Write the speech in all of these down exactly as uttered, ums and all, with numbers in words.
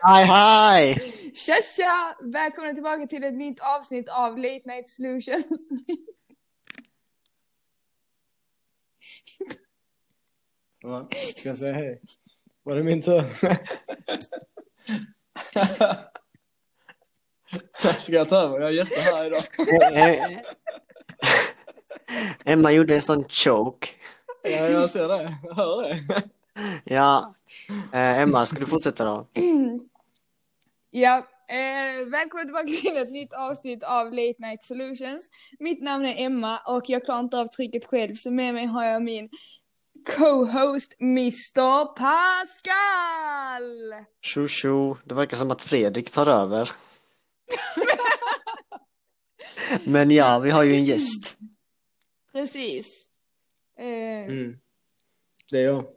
Hej hej! Tja tja! Välkomna tillbaka till ett nytt avsnitt av Late Night Solutions. Va? Ska jag säga hej? Var det min tur? Ska jag ta över? Jag är gäst här idag. Emma gjorde en sån choke. Ja, jag ser det. Jag hör det. Ja, eh, Emma, ska du fortsätta då? Ja, eh, välkomna tillbaka till ett nytt avsnitt av Late Night Solutions. Mitt namn är Emma och jag klarar inte av trycket själv, så med mig har jag min co-host mister Pascal. Tjo tjo, det verkar som att Fredrik tar över. Men ja, vi har ju en gäst. Precis. Eh, Mm. Det är jag.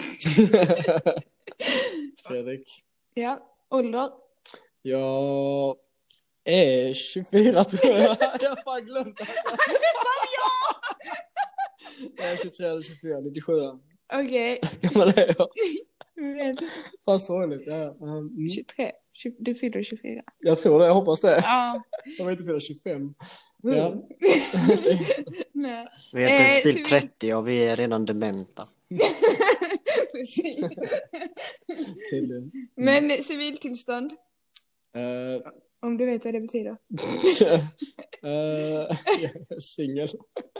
Fredrik. Ja, ålder. Jag är tjugofyra tror jag. Jag har fan glömt det. Som jag! Jag är tjugotre eller tjugofyra, nittiosju. Okej. Gammal är jag. Okay. Fan sorgligt. Ja. Mm. tjugotre. Du fyller tjugofyra. Jag tror det, jag hoppas det. Ja. Jag vill inte fylla tjugofem. Mm. Ja. Nej. Vi har inte Eh, ens fyllt så vi- trettio och vi är redan dementa. Precis. Tydligen. Men civiltillstånd, Uh, om du vet vad det betyder. uh, Singel.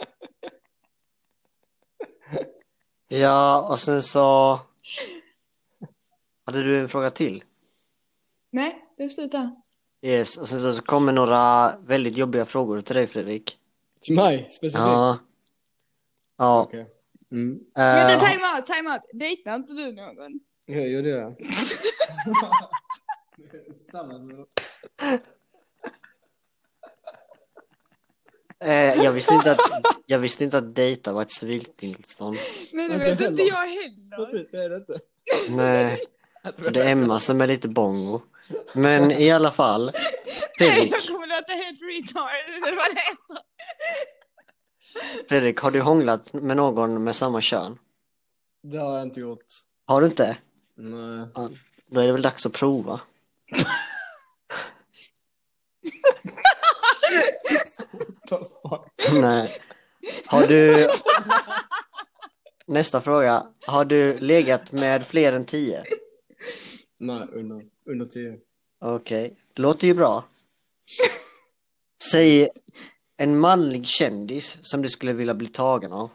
Ja, och sen så... Hade du en fråga till? Nej, det är slut här. Yes, och sen så, så kommer några väldigt jobbiga frågor till dig, Fredrik. Till mig specifikt. Ja. Ja. Okej. Mm. Vänta, eh, time out, time out. Dejtar inte du någon? Ja, jo, det gör jag. Tillsammans med dem. eh, jag, visste inte att, jag visste inte att dejta var ett civiltillstånd. Nej, det Inte vet inte heller. jag heller. Precis, det är det inte. Nej, så det är Emma som är lite bongo. Men i alla fall, Fredrik, Jag kommer låta helt retarded, det var det heter. Fredrik, har du hånglat med någon med samma kön? Det har jag inte gjort. Har du inte? Nej. Ja, då är det väl dags att prova. The fuck? Nej. Har du... Nästa fråga. Har du legat med fler än tio? Nej, under, under tio. Okej, det låter ju bra. Säg en manlig kändis som du skulle vilja bli tagen av.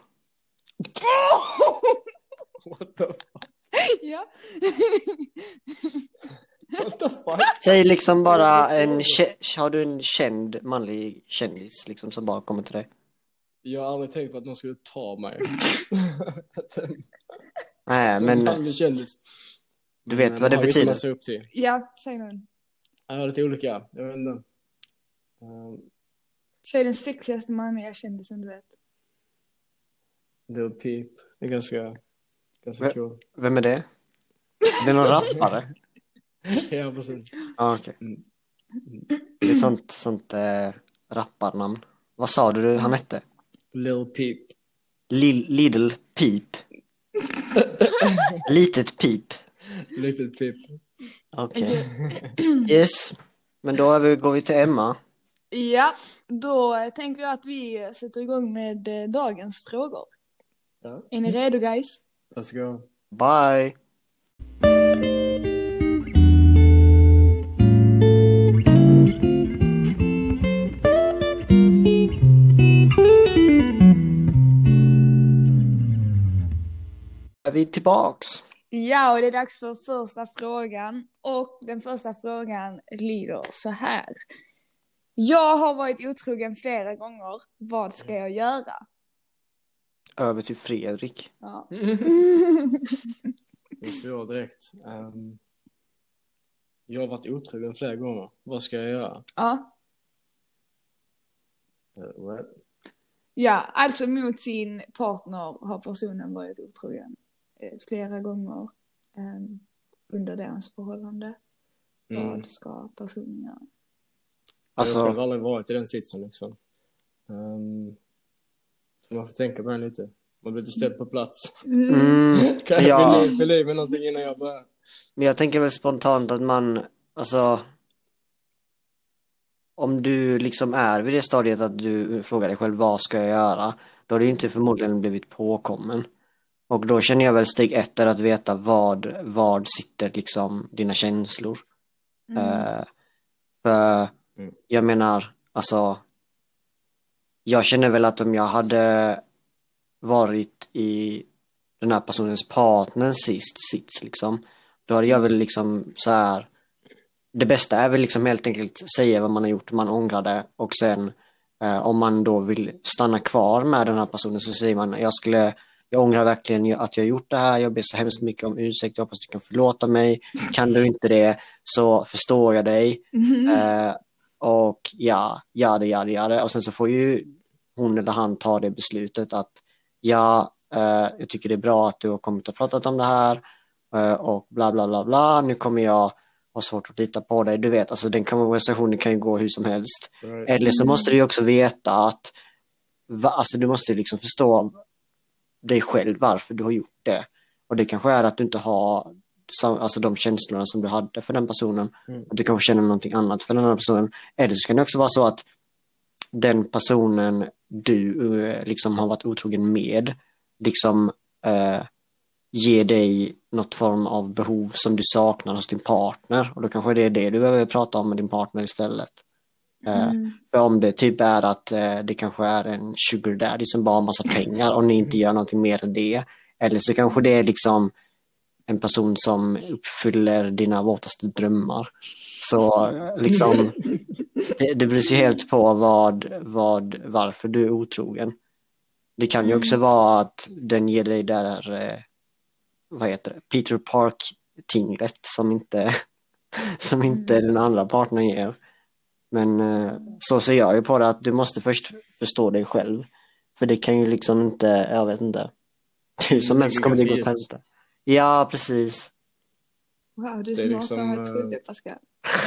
What the fuck? Ja. What the fuck? Säg liksom bara en... kä- Har du en känd manlig kändis liksom som bara kommer till dig? Jag har aldrig tänkt på att någon skulle ta mig. Nej, Men... men En kändis. du vet Men vad det har vissa betyder. man ser upp till. Ja, säg någon. Jag har lite olika. Jag vet inte. Um, Säg den sexigaste mannen jag kände som du vet. Lil Peep. Det är ganska, ganska Men- cool. Vem är det? Det är någon rappare? Ja, precis. Ja, okej. Mm. Det är sånt, sånt eh, rapparnamn. Vad sa du han hette? Lil Peep. Lil, Lidl Peep. Litet Peep. Little Peep. Okej. Yes. Men då är vi, går vi till Emma. Ja, då tänker jag att vi sätter igång med eh, dagens frågor. Ja. Är ni redo, guys? Let's go. Bye. Är vi tillbaks? Ja, och det är dags för första frågan. Och den första frågan lyder så här. Jag har varit otrogen flera gånger. Vad ska jag göra? Över till Fredrik. Ja. Det är så direkt. Um, jag har varit otrogen flera gånger. Vad ska jag göra? Ja. Uh, what? Ja, alltså mot sin partner har personen varit otrogen eh, flera gånger eh, under deras förhållande. Mm. Vad ska personen göra? Alltså- Jag har själv aldrig varit i den sitsen liksom. Um, så man får tänka på den lite. Man blir lite ställd på plats. Mm, Kan Ja. vill ni fylla i med någonting innan jag börjar? Men jag tänker väl spontant att man, alltså, om du liksom är vid det stadiet att du frågar dig själv vad ska jag göra, då har du inte förmodligen blivit påkommen. Och då känner jag väl steg ett är att veta vad, vad sitter liksom dina känslor. Mm. Eh, för Mm. jag menar, alltså, jag känner väl att om jag hade varit i den här personens partners sist sits liksom, då hade jag väl liksom så här, det bästa är väl liksom helt enkelt säga vad man har gjort, man ångrar det, och sen eh, om man då vill stanna kvar med den här personen så säger man, jag skulle jag ångrar verkligen att jag gjort det här, jag ber så hemskt mycket om ursäkt, jag hoppas du kan förlåta mig, kan du inte det så förstår jag dig. Mm. Eh, och ja, ja det, ja det, ja det. Och sen så får ju hon eller han ta det beslutet att ja, eh, jag tycker det är bra att du har kommit och pratat om det här eh, och bla bla bla bla, nu kommer jag ha svårt att lita på dig. Du vet, alltså den konversationen kan ju gå hur som helst. Right. Eller så måste du ju också veta att va, alltså du måste liksom förstå dig själv varför du har gjort det. Och det kanske är att du inte har sam, alltså de känslorna som du hade för den personen. Mm. Att du kanske känner någonting annat för den här personen. Eller så kan det också vara så att den personen du eh, liksom har varit otrogen med liksom eh, ger dig något form av behov som du saknar hos din partner. Och då kanske det är det du behöver prata om med din partner istället. Eh, Mm. För om det typ är att eh, det kanske är en sugar daddy som bara har massa pengar och ni inte gör någonting mer än det. Eller så kanske det är liksom en person som uppfyller dina våtaste drömmar. Så eh, liksom det, det beror ju helt på vad, vad, varför du är otrogen. Det kan ju också vara att den ger dig där eh, vad heter det? Peter Park-tinglet som inte som inte den andra partnern ger. Men eh, så ser jag ju på det att du måste först förstå dig själv. För det kan ju liksom inte, jag vet inte. Hur som helst kommer det gå att hämta. Ja, precis. Wow, du är Det är smartare liksom, än vad jag eh, trodde, Pascal.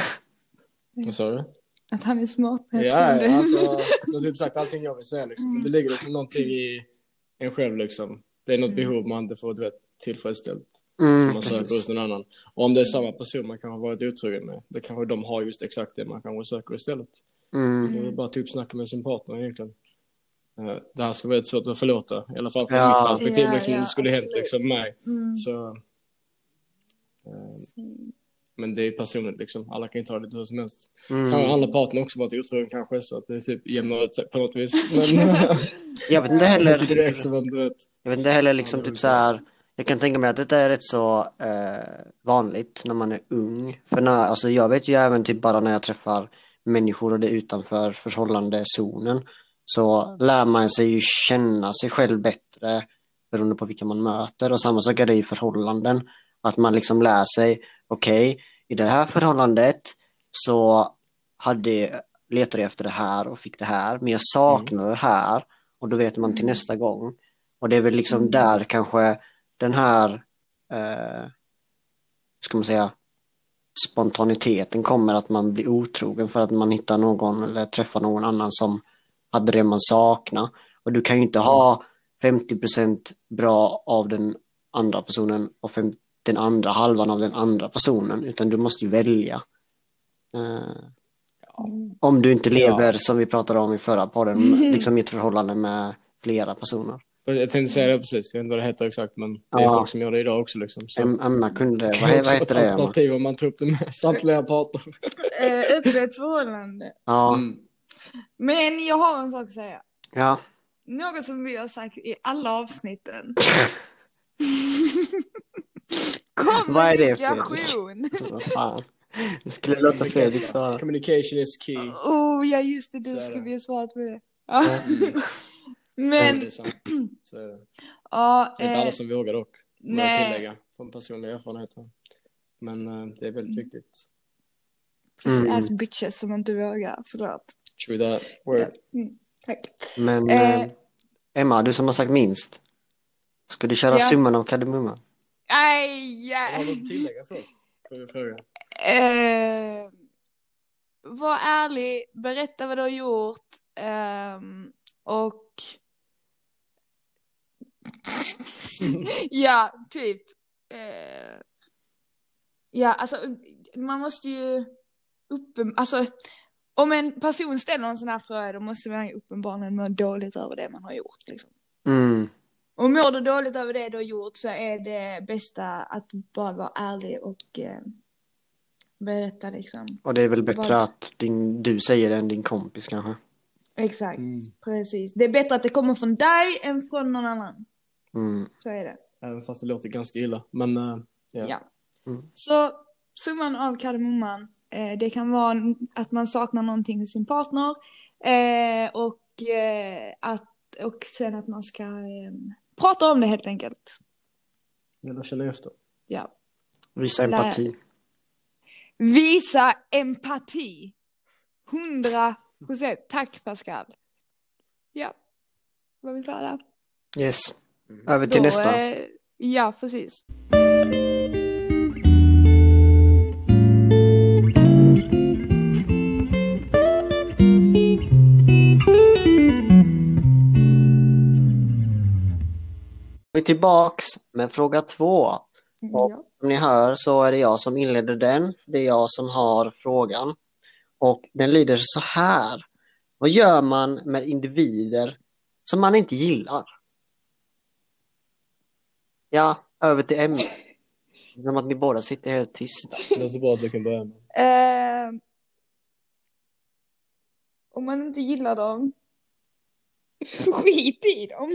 Vad sa du? Att han är smartare än jag Ja, trodde. alltså, du har typ sagt allting jag vill säga liksom. Det ligger liksom någonting i en själv liksom. Det är något behov man inte får, du vet, tillfredsställt. Mm, Som man söker precis. hos någon annan. Och om det är samma person man kanske har varit otrogen med, då kanske de har just exakt det man kanske söker istället. Mm. Det är bara typ snacka med sin partner egentligen. Eh, Det här ska vara väldigt svårt att förlåta. I alla fall från Ja. mitt perspektiv, Ja, liksom, ja, om det skulle hänt absolut. liksom mig. Mm. Så, eh, men det är personligt liksom. Alla kan inte ha det hur som helst. Mm. Kan andra partner också varit otrogen kanske, så att det är typ jämnar ut sig på något vis. Men Jag vet inte inte heller direkt, men du vet. Jag vet inte heller liksom typ så här. Jag kan tänka mig att det är rätt så eh, vanligt när man är ung. För när, alltså jag vet ju även typ bara när jag träffar människor och det är utanför förhållandezonen, så lär man sig ju känna sig själv bättre beroende på vilka man möter. Och samma sak är det i förhållanden. Att man liksom lär sig, okej, okay, i det här förhållandet så hade, letade jag efter det här och fick det här, men jag saknar mm. det här. Och då vet man till nästa gång. Och det är väl liksom mm. där kanske den här eh, ska man säga spontaniteten kommer, att man blir otrogen för att man hittar någon eller träffar någon annan som hade det man saknar. Och du kan ju inte ha femtio procent bra av den andra personen och fem, den andra halvan av den andra personen, utan du måste ju välja. Eh, om du inte lever ja. som vi pratade om i förra podden, liksom i ett förhållande med flera personer. Jag tänkte säga det precis, jag vet inte vad det heter exakt, men det är ja. folk som gör det idag också liksom. Så. Emma kunde det. Vad, vad heter det? Alternativ om man tar upp det med samtliga parter. Eh, öppet förhållande. Ja. Mm. Men jag har en sak att säga. Ja. Något som vi har sagt i alla avsnitten. Kommunikation. Vad fan. Det skulle låta Fredrik svara. Communication is key. Oh, ja just det, du skulle ju svara på det. Ja. Mm. Men... Det är sant. Så är det. Ja, det är inte eh, alla som vågar dock. Nej. Tillägga från personliga erfarenheter. Men uh, det är väldigt viktigt. Precis, Mm. as bitches som inte vågar. Förlåt. True that. Word. Ja. Mm. Tack. Men Eh. eh, Emma, du som har sagt minst. Ska du köra Ja. summan av kardemumman? Aj, Har aj. du tillägga först? Får vi fråga. Eh, var ärlig, berätta vad du har gjort. ehm, och Ja, typ. Eh, ja, alltså man måste ju uppen... Alltså, om en person ställer en sån här fråga, då måste man ju uppenbarligen må dåligt över det man har gjort. Liksom. Mm. Och mår du dåligt över det du har gjort så är det bästa att bara vara ärlig och eh, berätta liksom. Och det är väl bättre Vad... att din, du säger det än din kompis kanske. Exakt, Mm. precis. Det är bättre att det kommer från dig än från någon annan. Mm. Så är det. Även fast det låter ganska illa. Men uh, ja. Ja. Mm. Så summan av kardemumman, eh, det kan vara att man saknar någonting hos sin partner eh, och, eh, att, och sen att man ska eh, prata om det helt enkelt. Eller känna efter. Ja. Visa empati. Visa empati. Hundra procent. Tack Pascal. Ja. Var vi klara? Yes. Över till Då, nästa. Eh, ja, precis. Vi är tillbaks med fråga två. Och Ja. som ni hör så är det jag som inleder den. Det är jag som har frågan. Och den lyder så här. Vad gör man med individer som man inte gillar? Ja, över till ämnet. Som att ni båda sitter helt tysta. Det låter bra att du kan börja med. Eh, om man inte gillar dem, skit i dem.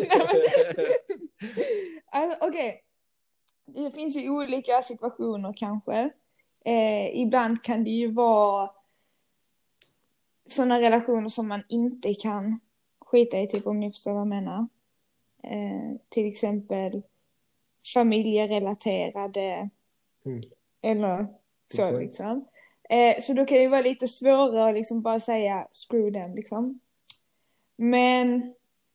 Alltså, okej. Det finns ju olika situationer kanske. Eh, ibland kan det ju vara sådana relationer som man inte kan skita i, typ om ni förstår vad jag menar. Eh, till exempel familjerelaterade Mm. eller så Mm. liksom. Eh, så då kan det vara lite svårare att liksom bara säga screw them liksom. Men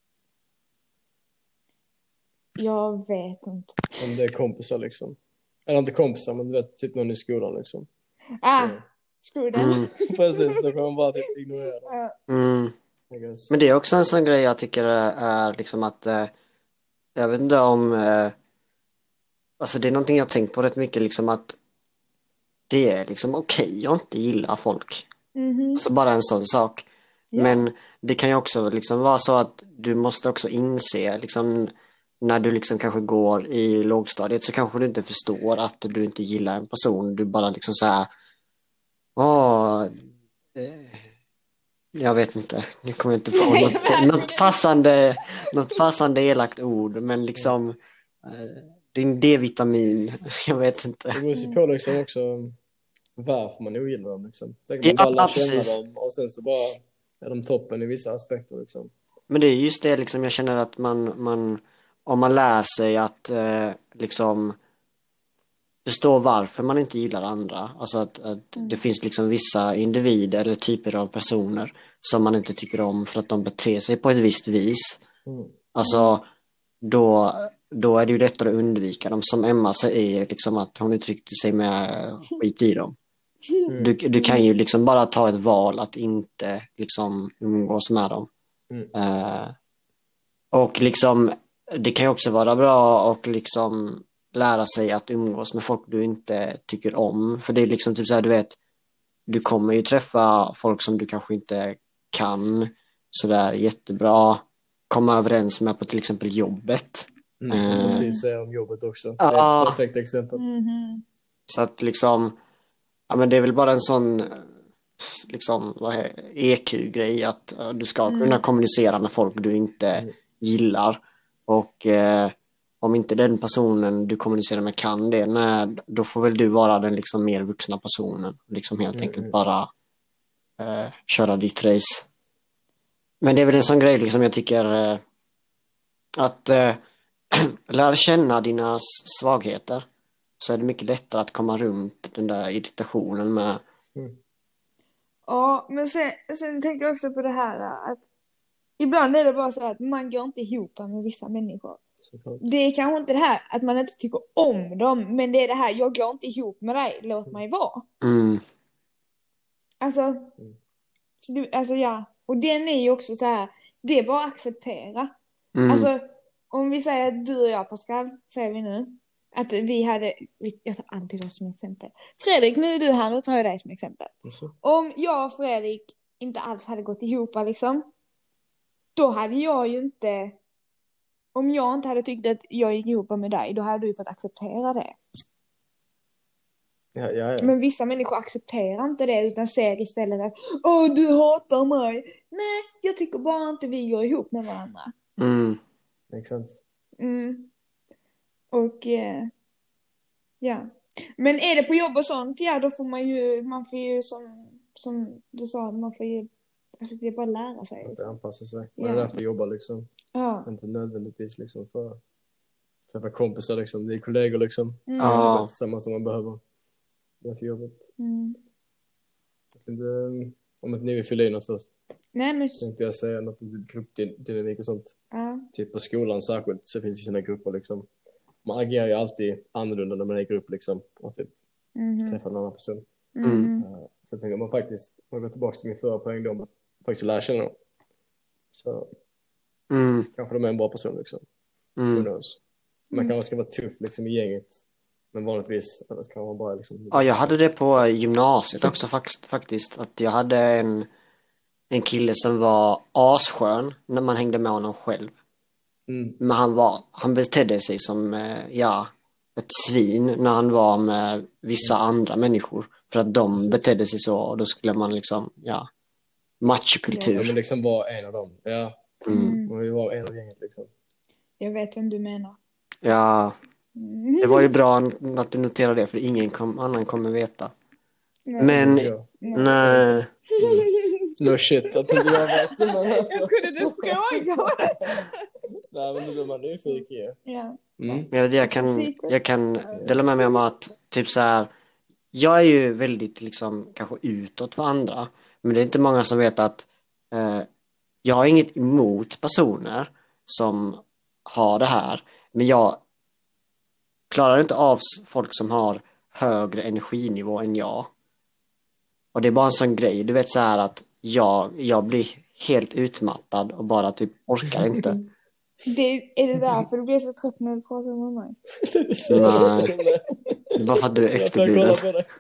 jag vet inte. Om det är kompisar liksom. Eller inte kompisar, men du vet, typ någon i skolan liksom. Ah, Så. screw them. Mm. Precis, då kan man bara typ ignorera dem. Ja. Mm. I guess. Men det är också en sån grej jag tycker är liksom att eh, jag vet inte om eh, alltså det är någonting jag har tänkt på rätt mycket liksom att det är liksom okej att inte gilla folk. Mhm. Alltså bara en sån sak. Ja. Men det kan ju också liksom vara så att du måste också inse liksom när du liksom kanske går i lågstadiet så kanske du inte förstår att du inte gillar en person. Du bara liksom så här åh eh, jag vet inte. Nu kommer jag inte på något, något passande något passande elakt ord men liksom eh, din D-vitamin. Jag vet inte. Det beror ju på liksom också varför man ogillar dem liksom. Tänker man Ja, bara lär känna precis. dem och sen så bara är de toppen i vissa aspekter liksom. Men det är just det liksom jag känner att man, man om man lär sig att eh, liksom förstå varför man inte gillar andra. Alltså att, att Mm. det finns liksom vissa individer eller typer av personer som man inte tycker om för att de beter sig på ett visst vis. Mm. Alltså då, då är det ju lättare att undvika dem. Som Emma säger liksom att hon uttryckte sig med skit i dem. Mm. Du, du kan ju liksom bara ta ett val att inte liksom umgås med dem. Mm. Eh, och liksom det kan ju också vara bra och liksom lära sig att umgås med folk du inte tycker om. För det är liksom typ så här, du vet, du kommer ju träffa folk som du kanske inte kan sådär jättebra komma överens med på till exempel jobbet. Mm. Eh. Precis, säga om jobbet också. Ja. Det är ett perfekt exempel. Mhm. Så att liksom, ja men det är väl bara en sån liksom, vad är E Q-grej att eh, du ska Mm. kunna kommunicera med folk du inte Mm. gillar. Och eh, om inte den personen du kommunicerar med kan det, nej, då får väl du vara den liksom mer vuxna personen. Liksom helt Mm, enkelt mm. bara eh, köra ditt race. Men det är väl en sån grej liksom jag tycker eh, att eh, lära känna dina s- svagheter. Så är det mycket lättare att komma runt den där irritationen med. Mm. Ja, men sen, sen tänker jag också på det här att ibland är det bara så att man går inte ihop med vissa människor. Såklart. Det är kanske inte det här att man inte tycker om dem, men det är det här, jag går inte ihop med dig, låt mig vara. Mm, Alltså, så du, alltså ja, och den är ju också så här, det är bara att acceptera. mm, Alltså, om vi säger att du och jag, Pascal, säger vi nu. Att vi hade, jag tar alltid oss som exempel. Fredrik, nu är du här, nu tar jag dig som exempel. Alltså. Om jag och Fredrik inte alls hade gått ihop liksom. Då hade jag ju inte, om jag inte hade tyckt att jag gick ihop med dig, då hade du fått acceptera det. Ja, ja, ja. Men vissa människor accepterar inte det utan ser istället att åh, du hatar mig. Nej, jag tycker bara inte vi går ihop med varandra. Mm. Exakt. Mm. Och eh, ja. Men är det på jobb och sånt, ja då får man ju, man får ju som, som du sa, man får ju, alltså det är bara lära sig. Att anpassa sig. Ja. Man är därför jobbar liksom. Ja. Inte nödvändigtvis liksom för träffa kompisar liksom. Det är kollegor liksom. Mm. Ja. Det är samma som man behöver. Det är för jobbet. Mm. Jag vet inte um, om att ni vill fylla in något först. Nej men, Tänkte jag säga något om gruppdynamik och sånt. ja. Typ på skolan särskilt så finns det sina grupper liksom. Man agerar ju alltid annorlunda när man är i grupp liksom. Och typ Mhm. träffar en annan person. Mhm. Uh, så jag tänker om man faktiskt, om man går tillbaka till min förra poäng då, om att faktiskt lära känna dem. Så Mm. kanske de är en bra person liksom. Who Mm. knows? Man kanske ska vara tuff liksom i gänget. Men vanligtvis annars kan man bara liksom... Ja, jag hade det på gymnasiet också fakt- faktiskt. Att jag hade en, en kille som var asskön när man hängde med honom själv. Mm. Men han var, han betedde sig som, eh, ja, ett svin när han var med vissa andra människor. För att de Precis. betedde sig så och då skulle man liksom, ja, Ja machokultur. men liksom vara en av dem. Ja, Mm. man vill vara en av gänget liksom. Jag vet vem du menar. Ja, Mm. det var ju bra att du noterade det för ingen kom, annan kommer veta. Nej. Men, Så jag- nej. No shit, att inte jag vet det. Men alltså. Jag kunde du fråga? Nej men nu är man nyfiken ju. Ja. Mm. Men jag, jag, kan, jag kan dela med mig om att typ så här, jag är ju väldigt liksom kanske utåt för andra, men det är inte många som vet att eh, jag har inget emot personer som har det här, men jag klarar inte av s- folk som har högre energinivå än jag. Och det är bara en sån grej, du vet så här att jag, jag blir helt utmattad och bara typ orkar inte. Det, är det därför du blir så trött när du pratar med mig? Nej. Det är bara för att du är Jag får kolla efterbliven. på det.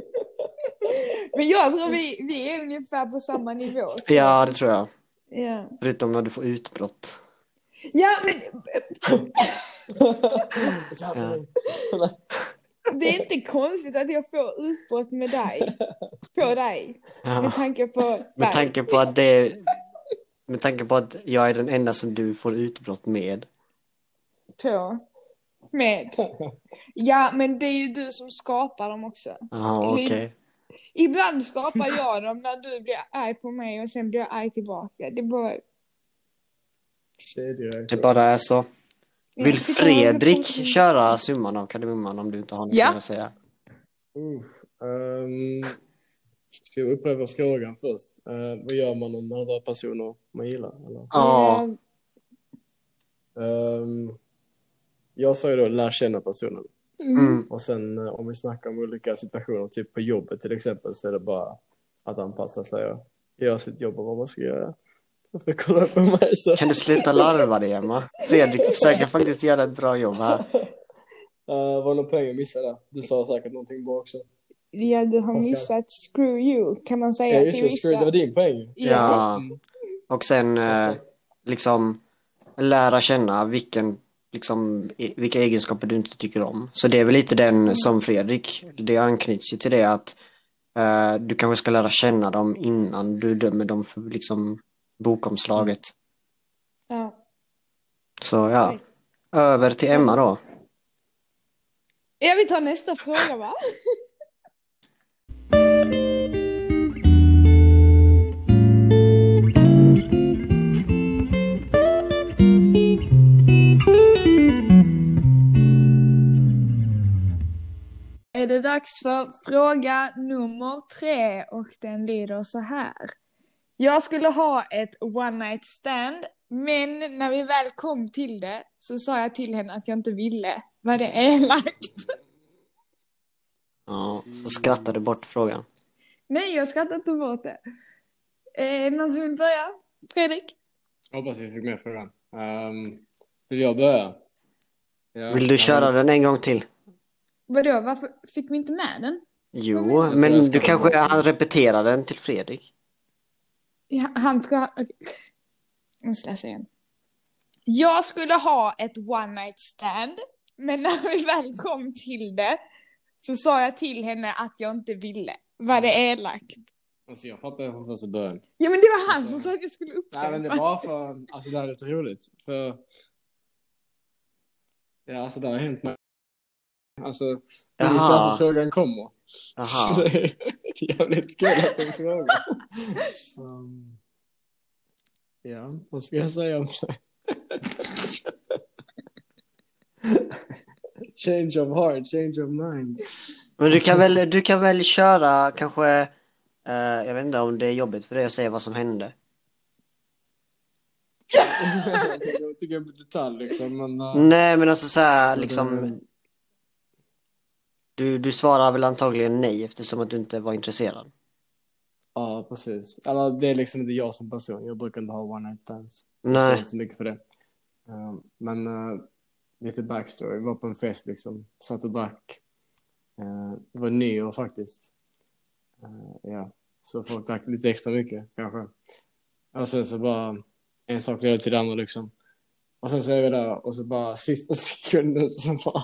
Men jag tror vi, vi är ungefär på samma nivå. Ja, det tror jag. Ja, Förutom när du får utbrott. ja men det är inte konstigt att jag får utbrott med dig. På dig. Ja. Med tanke på dig. Med tanke på att det med tanke på att jag är den enda som du får utbrott med. På. Med. Ja, men det är ju du som skapar dem också. Ja, okej. Ibland skapar jag dem när du blir arg på mig och sen blir jag arg tillbaka. Det är bara... Det bara är så. Ja, Vill vi kan Fredrik hålla på- köra summan av kardemumman om du inte har något Ja. mer att säga? Uff, um, ska jag upprepa frågan först? Uh, vad gör man om andra personer man gillar? Eller? Ja. Um, jag sa ju då lär känna personen. Mm. Och sen uh, om vi snackar om olika situationer, typ på jobbet till exempel, så är det bara att anpassa sig och göra sitt jobb och vad man ska göra. Jag får kolla på mig så. Kan du sluta larva dig, Emma? Fredrik försöker faktiskt göra ett bra jobb här. Uh, var det någon poäng jag missade? Du sa säkert någonting bra också. Ja, du har Pascal. missat screw you, kan man säga Ja, just till det, vissa. screw, det var din poäng. Ja. Mm. Och sen eh, Pascal. liksom lära känna vilken liksom e- vilka egenskaper du inte tycker om. Så det är väl lite den som Fredrik, det anknyts ju till det att eh, du kanske ska lära känna dem innan du dömer dem för liksom bokomslaget. Ja. Så ja, över till Emma då. Ja, vi tar nästa fråga, va? Är det dags för fråga nummer tre och den lyder så här. Jag skulle ha ett one night stand, men när vi väl kom till det så sa jag till henne att jag inte ville. Var det elakt? Ja, så skrattar du bort frågan. Nej, jag skrattar inte bort det. Eh, någon som vill börja? Fredrik? Jag hoppas vi fick med frågan. Um, Vill jag börja? Ja, Vill du ja, köra men- den en gång till? Vadå, varför fick vi inte med den? Jo, Jag tror men jag ska du ta kanske bort den. han repeterar den till Fredrik. Ja, han tror han... Okej. Jag måste läsa igen. Jag skulle ha ett one night stand, men när vi väl kom till det så sa jag till henne att jag inte ville. Var det elakt? Alltså jag fattar det från första början. Ja, men det var han Alltså- som sa att jag skulle upprepa. Nej, men det var för... Alltså det här är lite roligt. För... Ja, alltså det har hänt mig. Alltså, det är just Jaha. därför frågan kommer. Så Jaha. det är jävligt kul att den frågar. Um, ja, vad ska jag säga om det? Change of heart, change of mind. Men du kan väl, du kan väl köra kanske, eh, jag vet inte om det är jobbigt för dig att säga vad som hände. Jag tycker jag blir detalj liksom, men... Uh, Nej, men alltså så här, men, liksom, uh, du, du svarar väl antagligen nej eftersom att du inte var intresserad. Ja, precis. Eller det är liksom inte jag som person. Jag brukar inte ha one night stands. Jag Nej. står inte så mycket för det. Um, men uh, lite backstory. Vi var på en fest liksom. Satt och drack. Uh, det var nyår faktiskt. Uh, ja. Så folk drack lite extra mycket kanske. Och sen så bara en sak ledde till det andra liksom. Och sen så är vi där och så bara sista sekunden så bara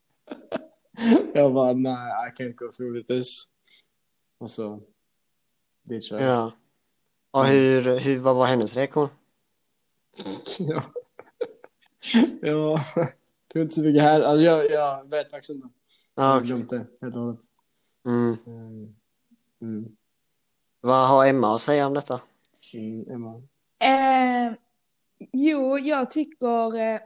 jag bara nej, I can't go through with this. Och så det tror jag. Ja. Och hur, hur, vad var hennes reaktion? Ja. Ja. Det är inte så mycket här. Alltså jag, jag vet faktiskt inte. Jag Ja, har okej. glömt det helt och hållet. Mm. Mm. Mm. Vad har Emma att säga om detta? Mm. Emma. Eh, jo, jag tycker eh,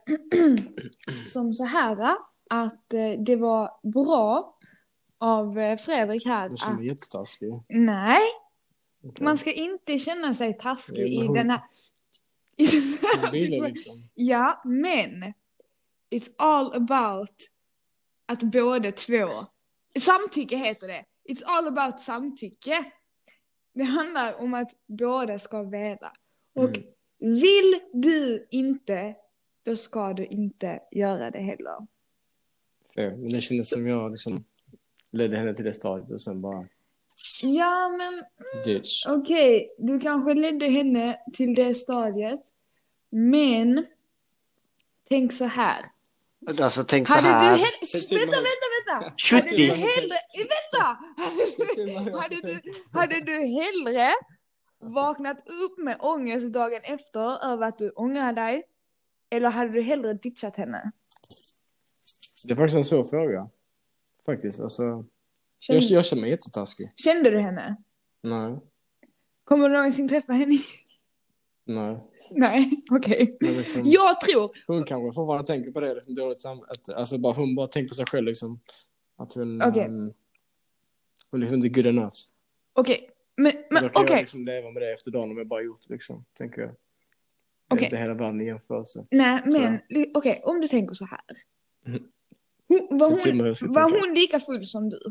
som så här att eh, det var bra av eh, Fredrik här Jag känner att mig jättetaskig. nej, Okay. man ska inte känna sig taskig Ja, men i hon- den här, i den Hon här ville situationen. liksom. Ja, men it's all about att båda två, samtycke heter det. It's all about samtycke. Det handlar om att båda ska vara. Och Mm. vill du inte, då ska du inte göra det heller. Fair. Men det kändes som jag liksom ledde henne till det stadiet och sen bara Ja, men ditch. okej, du kanske ledde henne till det stadiet. Men tänk så här. Alltså tänk så Hade du här. hellre... till Vänta, mig. vänta, vänta! Hade du Tjutti. hellre... Vänta! Hade du, hade du hellre vaknat upp med ångest dagen efter över att du ångrar dig? Eller hade du hellre ditchat henne? Det är faktiskt en svår fråga. Faktiskt, alltså. Jag, Kände, jag känner mig jättetaskig. kände du henne? Nej, Kommer du någonsin träffa henne? nej. Nej, okej. Men liksom, Jag tror... hon kanske fortfarande tänker på det liksom, dåligt samvete. Alltså bara, hon bara tänker på sig själv liksom. Att hon... Okej. Um, hon är liksom inte good enough. Okej, men, men Då kan okej. jag liksom leva med det efter dagen om jag bara gjort liksom. Tänker jag. Det är Okej. inte hela världen i jämförelse. Nej, tror men li- okej, om du tänker så här. Mhm. Hon, var, Så till mig hur jag ska hon, var tänka. hon lika full som du?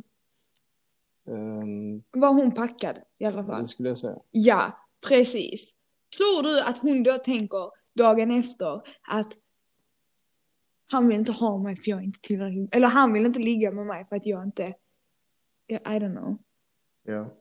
Um, Var hon packad i alla fall? det skulle jag säga. Ja, precis. Tror du att hon då tänker dagen efter att han vill inte ha mig för jag är inte tillräckligt... Eller han vill inte ligga med mig för att jag inte... I don't know. Ja.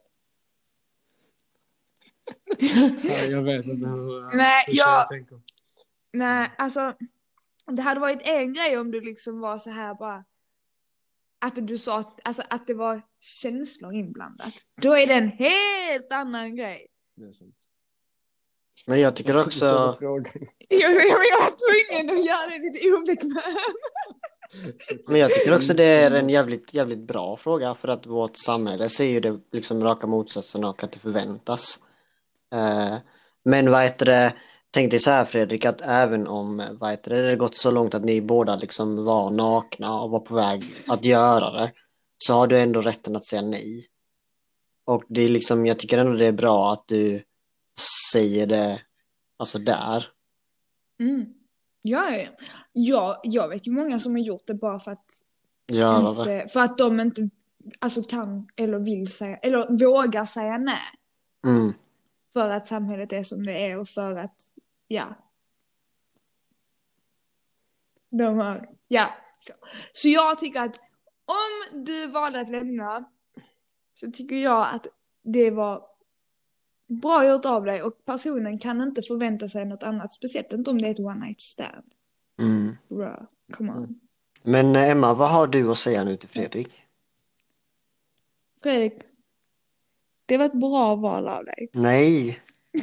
Ja, jag vet inte hur, Nej, hur jag- jag tänker. Nej, alltså... Det hade varit en grej om du liksom var så här bara... Att du sa att, alltså, att det var känslor inblandat. Då är det en helt annan grej. Det är sant. Men jag tycker Jag också... ställer frågan. Jag, jag, jag var tvungen att göra det lite obekväm. Men jag tycker också det är en jävligt, jävligt bra fråga för att vårt samhälle ser ju det liksom raka motsatsen och att det förväntas. Eh, men vad heter det, tänk dig så här Fredrik, att även om vad heter det, det har gått så långt att ni båda liksom var nakna och var på väg att göra det, så har du ändå rätten att säga nej. Och det är liksom, jag tycker ändå det är bra att du säger det alltså där. Mm. Ja, ja. ja, jag vet ju många som har gjort det bara för att, Göra det. inte, för att de inte alltså, kan eller vill säga, eller vågar säga nej. Mm. För att samhället är som det är och för att, ja. De har, ja. Så. så jag tycker att om du valde att lämna så tycker jag att det var bra gjort av dig och personen kan inte förvänta sig något annat, speciellt inte om det är ett one night stand. Mm. Bra, come on. Men eh, Emma, vad har du att säga nu till Fredrik? Fredrik, det var ett bra val av dig. Nej.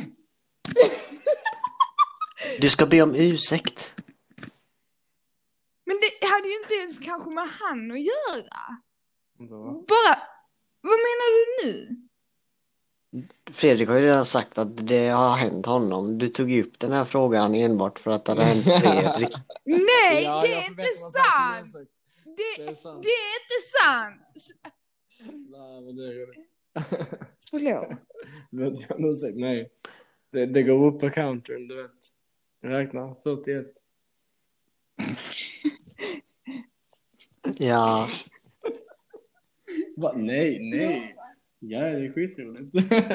Du ska be om ursäkt. Men det hade ju inte ens kanske med han att göra. Då. Bara, vad menar du nu? Fredrik har ju redan sagt att det har hänt honom. Du tog ju upp den här frågan enbart för att det hade hänt Fredrik. Nej, Ja, det jag är inte förväntar mig att sant. han Det, Det är sant. det är inte sant. Nej, men det är det. Förlåt. Men jag har sagt nej. Det, det går upp på countern, du vet. Jag räknar fyrtioett. Ja. Va? Nej, nej. Ja, det är skitroligt.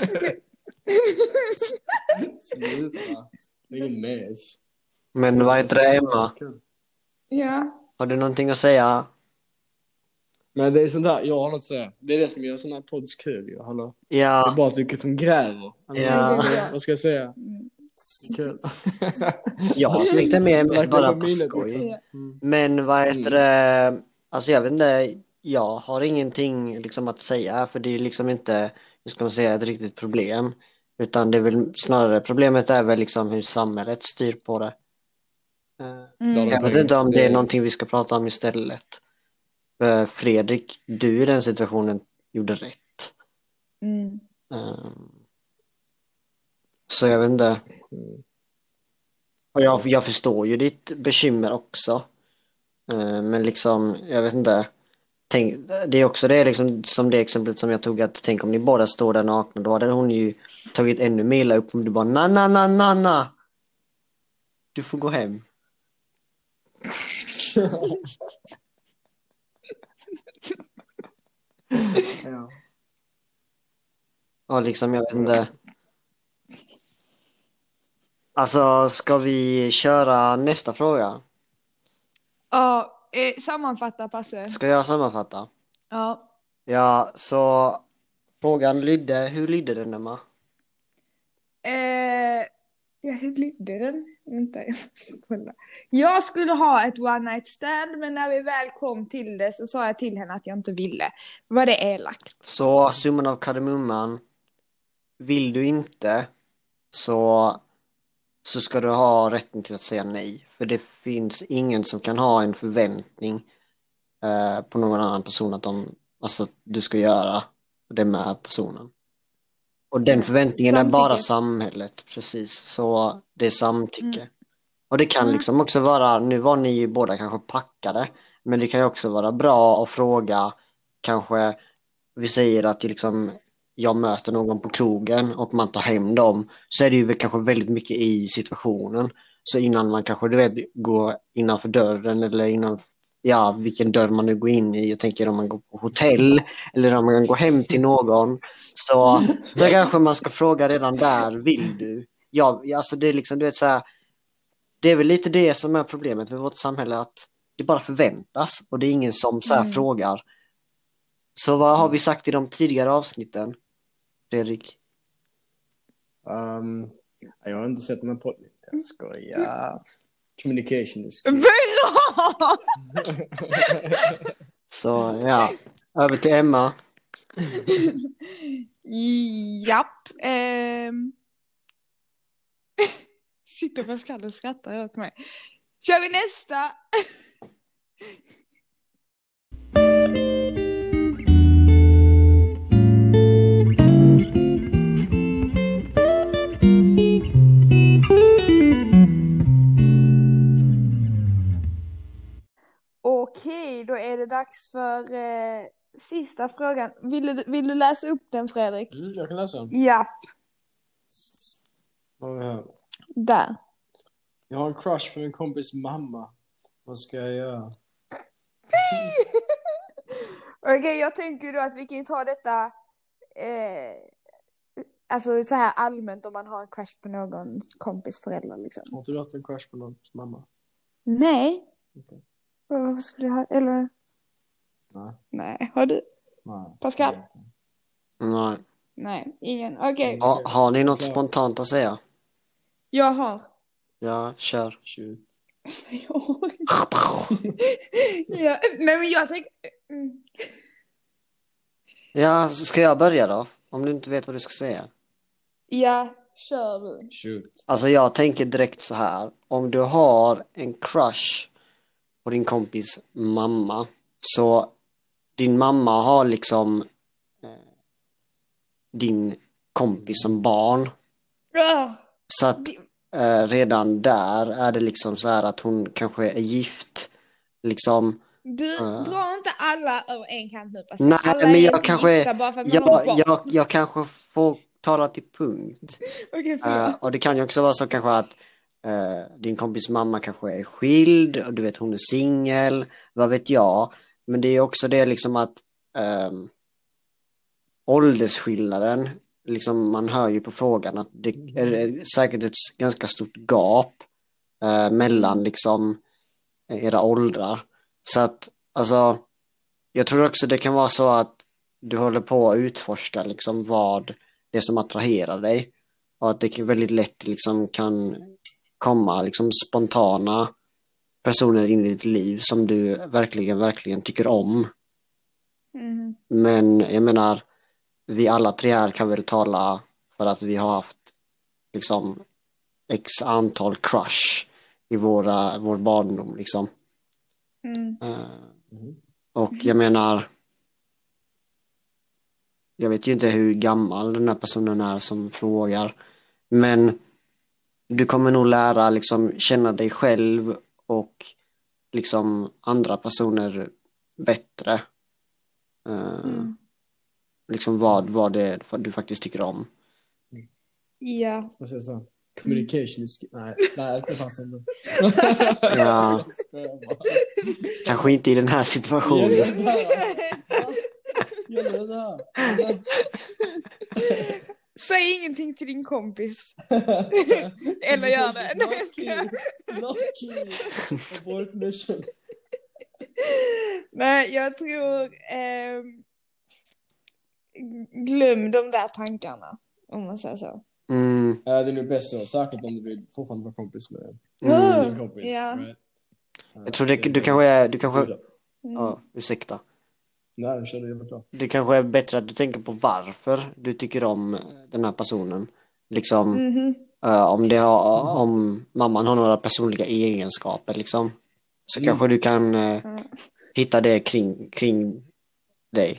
Sluta. Det är ingen mes. Men vad heter det, Emma? Ja. Har du någonting att säga? Men det är sånt där, jag har något att säga. Det är det som gör sån här podds kul ju, hallå. Det är Ja. bara tycker som gräver. Hallå. Ja. Vad ska jag säga? Mm. Kul. Jag tänkte mer mest Lagt det bara på på minnet skoj. också. Ja. Mm. Men vad heter det? Alltså jag vet inte. Jag har ingenting liksom att säga. För det är liksom inte, hur ska man säga, ett riktigt problem. Utan det är väl snarare, problemet är väl liksom hur samhället styr på det. Eh, Mm. Jag vet inte om det är någonting vi ska prata om istället. För Fredrik, du i den situationen gjorde rätt. Mm. Um, så jag vet inte. Mm. Och jag, jag förstår ju ditt bekymmer också. Uh, men liksom, jag vet inte. Tänk, det är också det liksom, som det exemplet som jag tog, att tänk om ni båda står där nakna, då hade hon ju tagit ännu mer illa upp om du bara na na na na na. Du får gå hem. Ja. Ja, liksom, jag vet inte. Alltså, ska vi köra nästa fråga? Ja, eh, sammanfatta Passe. Ska jag sammanfatta? Ja. Ja, så frågan lydde, hur lydde den, Emma? Eh, ja, hur lydde den? Vänta, jag måste kolla. Jag skulle ha ett one night stand, men när vi väl kom till det så sa jag till henne att jag inte ville. Var det elakt? Så summan av kardemumman, vill du inte så, så ska du ha rätten till att säga nej. För det finns ingen som kan ha en förväntning eh, på någon annan person att de, alltså, du ska göra det med personen. Och den förväntningen är bara Samtycke. samhället, precis. Så det är samtycke. Mm. Och det kan Mm. liksom också vara, nu var ni ju båda kanske packade, men det kan ju också vara bra att fråga, kanske vi säger att liksom, jag möter någon på krogen och man tar hem dem, så är det ju väl kanske väldigt mycket i situationen. Så innan man kanske, du vet, går innanför dörren eller innan, ja, vilken dörr man nu går in i, jag tänker om man går på hotell eller om man går hem till någon, så då kanske man ska fråga redan där, vill du? Ja, alltså det är liksom, du vet så här, det är väl lite det som är problemet med vårt samhälle, att det bara förväntas och det är ingen som så här Mm. frågar. Så vad har vi sagt i de tidigare avsnitten, Fredrik? Um, jag har inte sett den här podden. Jag skojar. Communication is key. Bra! Så ja, över till Emma. Japp. Ehm. Sitter på skall och skrattar åt mig. Kör vi nästa? Okej, då är det dags för eh, sista frågan. Vill du, vill du läsa upp den, Fredrik? Mm, jag kan läsa den. Japp, Vad har vi här? där. Jag har en crush på min kompis mamma. Vad ska jag göra? Okej, jag tänker då att vi kan ta detta eh, alltså så här allmänt om man har en crush på någon kompis föräldrar liksom. Har inte du haft en crush på någons mamma? Nej, Okej. Vad skulle jag ha? Eller? Nej. Nej, har du? Nej. Pascal? Nej. Nej, ingen. Okej, Ha, har ni något spontant att säga? jag har. Ja, kör. Shoot. Ja, nej men jag tänkte... Mm. Ja, så ska jag börja då? Om du inte vet vad du ska säga. Ja, kör du. Shoot. Alltså jag tänker direkt så här. Om du har en crush på din kompis mamma. Så din mamma har liksom eh, din kompis som barn. Ah, Så att eh, redan där är det liksom så här att hon kanske är gift. Liksom. du Ah. drar inte alla över en kant nu. Pascal. Nej, Alla men är jag inte kanske- gifta bara för att man har Jag, barn. jag, jag kanske får tala till punkt. Okej, Eh, förlåt. och det kan ju också vara så kanske att eh, din kompis mamma kanske är skild och du vet hon är singel, vad vet jag. Men det är också det liksom att ehm, åldersskillnaden, liksom man hör ju på frågan att det är säkert ett ganska stort gap eh, mellan liksom era åldrar. Så att alltså jag tror också det kan vara så att du håller på att utforska liksom vad det är som attraherar dig. Och att det väldigt lätt liksom kan komma liksom spontana personer in i ditt liv som du verkligen, verkligen tycker om. Mm. Men jag menar, vi alla tre här kan väl tala för att vi har haft liksom x antal crush i våra, vår barndom liksom. Mm. Eh, Mm. och jag menar, jag vet ju inte hur gammal den här personen är som frågar, men du kommer nog lära liksom känna dig själv och liksom andra personer bättre. Eh, Mm. Liksom vad, vad det är du faktiskt tycker om. Ja. Vad säger jag så? Communication is... Nej, nej, det passar inte. Ja, Jag skojar bara. kanske inte i den här situationen. Gör det här. Gör det här. Säg ingenting till din kompis. Eller gör det. Nej, jag skojar. Lucky. Abort mission. Nej, jag tror... ehm, glöm de där tankarna. Om man säger så. Mm, Ja, det är nog bäst så. Särskilt om du vill fortfarande vara kompis med mm. din kompis. Ja. Right? Jag tror det, du kanske är, du kanske, Mm. ja, ursäkta. Nej, jag kör det jävla bra. Det kanske är bättre att du tänker på varför du tycker om den här personen. Liksom, Mhm. eh, om det har, om mamman har några personliga egenskaper liksom. Så Mm. kanske du kan eh, Mm. hitta det kring, kring dig.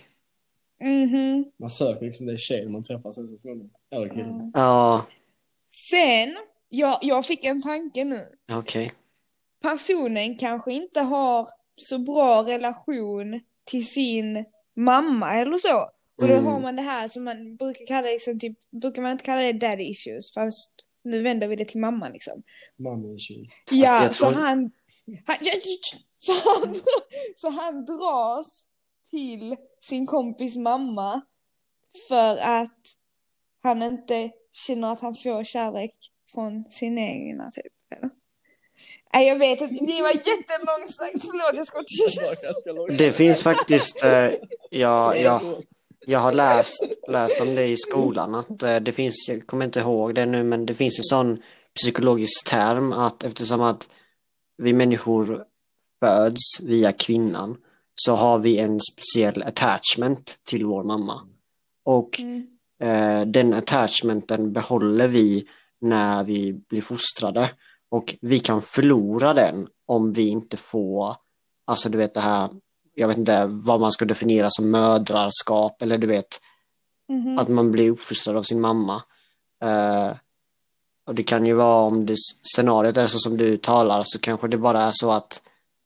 Mhm. Man söker liksom det tjej när man träffas sen så småningom. Eller kille. Mm. Ja, Sen, jag, jag fick en tanke nu. okej. Personen kanske inte har så bra relation till sin mamma eller så. Och då Mm. har man det här som man brukar kalla liksom typ, brukar man inte kalla det daddy issues, fast nu vänder vi det till mamma liksom. Mommy issues. Ja, jag så tror- han, han ja, så han så han dras till sin kompis mamma för att han inte känner att han får kärlek från sin egna typ. Eller? Nej, jag vet inte, det var jättelångsamt, förlåt jag ska vara tyst. Det finns faktiskt, eh, ja, ja, jag har läst, läst om det i skolan att eh, det finns, jag kommer inte ihåg det nu, men det finns en sån psykologisk term att eftersom att vi människor föds via kvinnan så har vi en speciell attachment till vår mamma. Och Mm. eh, den attachmenten behåller vi när vi blir fostrade. Och vi kan förlora den om vi inte får, alltså du vet det här, jag vet inte vad man ska definiera som mödrarskap, eller du vet Mhm. att man blir uppfostrad av sin mamma. Eh, och det kan ju vara om det scenariot är så som du talar, så kanske det bara är så att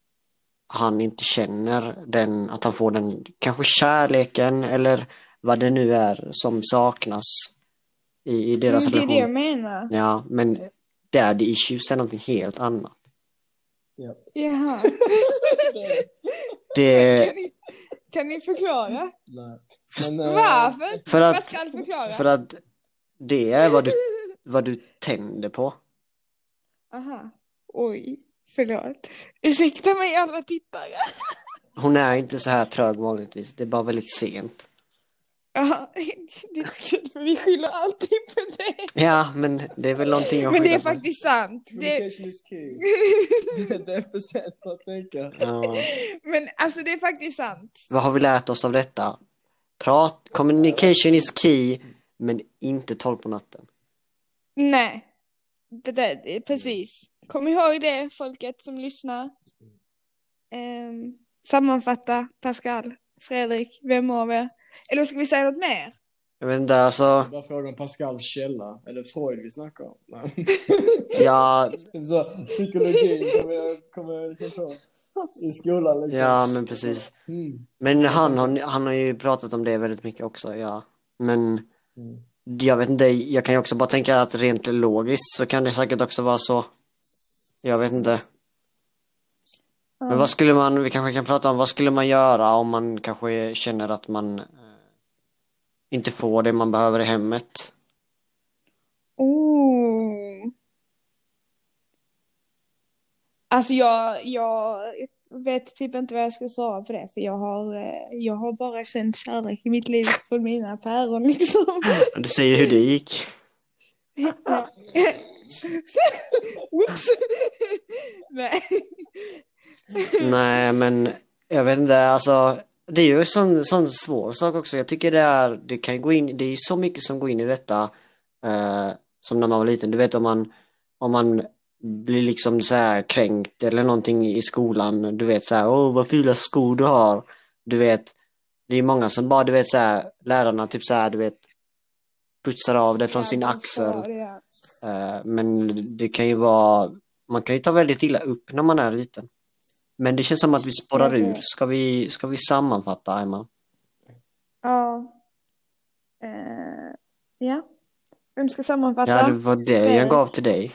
han inte känner den, att han får den kanske kärleken eller vad det nu är som saknas i, i deras Mm, det är det jag relation. menar. Ja, men daddy issues är någonting helt annat. Ja. Jaha. Det, Kan ni, kan ni förklara? Nej. Men, eh, Varför? för att- Pascal, förklara. för att det är vad du, vad du tänder på. Aha. Oj. Förlåt. Ursäkta mig alla tittare. Hon är inte så här trög vanligtvis. Det är bara väldigt sent. Ja, det är kul för vi skyller alltid på det. Ja, men det är väl någonting jag Men det är skyller på. faktiskt sant. Det... Communication is key. Det är för sent för att tänka. Ja. Men alltså det är faktiskt sant. Vad har vi lärt oss av detta? Prat, communication is key, men inte tolv på natten. Nej. Det där, det är precis. Kom ihåg det, folket som lyssnar. Ehm, sammanfatta, Pascal, Fredrik, vem av er? Eller ska vi säga något mer? Jag vet inte, alltså... Bara fråga om Pascals källa. Eller Freud vi snackar om. Nej. Ja, Så, psykologi kommer, kommer liksom på i skolan liksom. ja, men precis. Mm. Men han har, han har ju pratat om det väldigt mycket också, ja. Men Mm. jag vet inte, jag kan ju också bara tänka att rent logiskt så kan det säkert också vara så. Jag vet inte. Men vad skulle man, vi kanske kan prata om, vad skulle man göra om man kanske känner att man eh, inte får det man behöver i hemmet? Oh. Alltså jag, jag vet typ inte vad jag ska svara på det. För jag har, eh, jag har bara känt kärlek i mitt liv från mina päron liksom. Du säger hur det gick. Whoops. Nej. Nej, men jag vet inte, alltså det är ju en sån, sån svår sak också. Jag tycker det är, det kan gå in, det är så mycket som går in i detta eh, som när man var liten. Du vet om man, om man blir liksom så här kränkt eller någonting i skolan. Du vet så här, åh vad fula skor du har. Du vet, det är många som bara, du vet så här, lärarna typ så här, du vet, putsar av det från sin axel. Eh, men det kan ju vara, man kan ju ta väldigt illa upp när man är liten. Men det känns som att vi spårar ur. Ska vi, ska vi sammanfatta, Emma? Ja. Uh, ja. Vem ska sammanfatta? Ja, det var det jag gav till dig.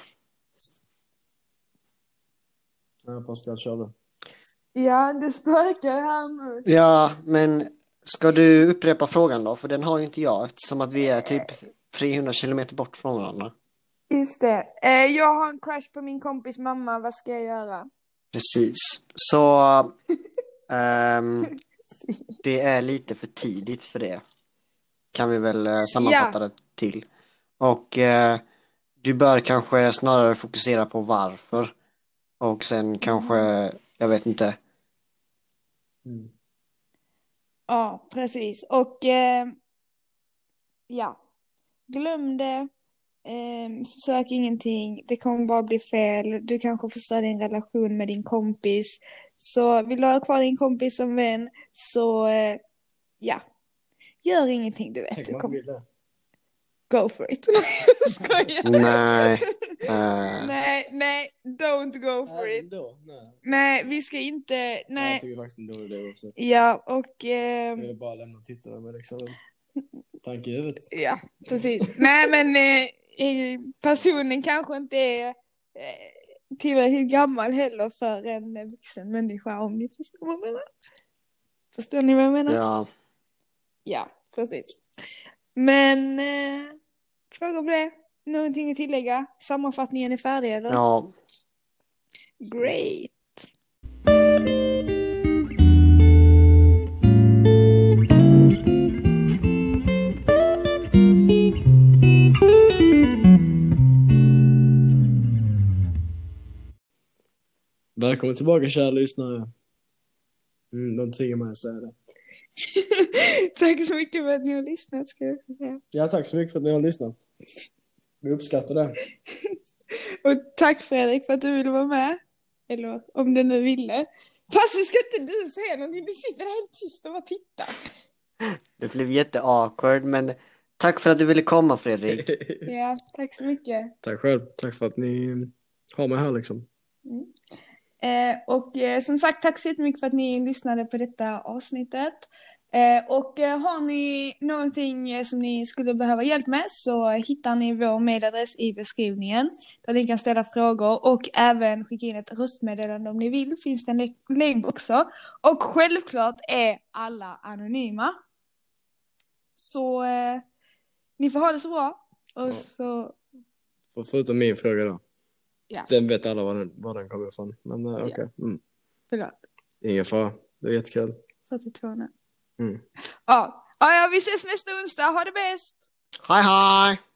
Ja, Pascal, kör du. Ja, det spökar här nu. Ja, men ska du upprepa frågan då? För den har ju inte jag, eftersom att vi är typ trehundra kilometer bort från varandra. Just det. Uh, jag har en crush på min kompis mamma. Vad ska jag göra? Precis. Så um, det är lite för tidigt för det. Kan vi väl uh, sammanfatta Ja. det till. Och uh, du bör kanske snarare fokusera på varför. Och sen kanske, jag vet inte. Mm. Ja, precis. Och eh, ja, glöm det. Eh, försök ingenting. Det kommer bara bli fel. Du kanske förstör din relation med din kompis. Så vill du ha kvar din kompis som vän, så eh, ja, gör ingenting, du vet. Tänk Du man kommer... vill det. Go for it. Skojar. Nej. Uh, nej, nej, don't go for Nej, it. då, nej. Nej, vi ska inte, nej. Jag tycker faktiskt en dålig idé också. Ja, och eh, Jag vill bara lämna tittare med liksom tanke i huvudet. ja, precis. Nej, men eh, personen kanske inte är eh, tillräckligt gammal heller för en vuxen människa, om ni förstår vad jag menar. Förstår ni vad jag menar? ja. Ja, precis. Men eh, fråga på det. Någonting att tillägga? Sammanfattningen är färdig, eller? Ja. Great. Välkommen tillbaka, kära lyssnare. Mm, de tvingar mig att säga det. Tack så mycket för att ni har lyssnat, ska jag också säga. Ja, tack så mycket för att ni har lyssnat. Vi uppskattar det. Och tack Fredrik för att du ville vara med. Eller om du nu ville. Fast ska inte du säga någonting? Du sitter här tyst och bara tittar. Det blev jätte-awkward, men tack för att du ville komma, Fredrik. Ja, tack så mycket. Tack själv. Tack för att ni har mig här liksom. Mm. Eh, och eh, som sagt, tack så jättemycket för att ni lyssnade på detta avsnittet. Eh, och eh, har ni någonting eh, som ni skulle behöva hjälp med, så hittar ni vår mailadress i beskrivningen där ni kan ställa frågor och även skicka in ett röstmeddelande om ni vill. Finns det en länk också. Och självklart är alla anonyma. Så eh, ni får ha det så bra. Och Ja. så... För förutom min fråga då. Ja, Den vet alla var den, var den kommer ifrån. Men uh, okej. Okay. Ja. Mm. förlåt. Ingen fara. Det är jättekul. fyrtiotvå nu. Mm. Ja. Ja, ja, vi ses nästa onsdag. Ha det bäst! Hej hej!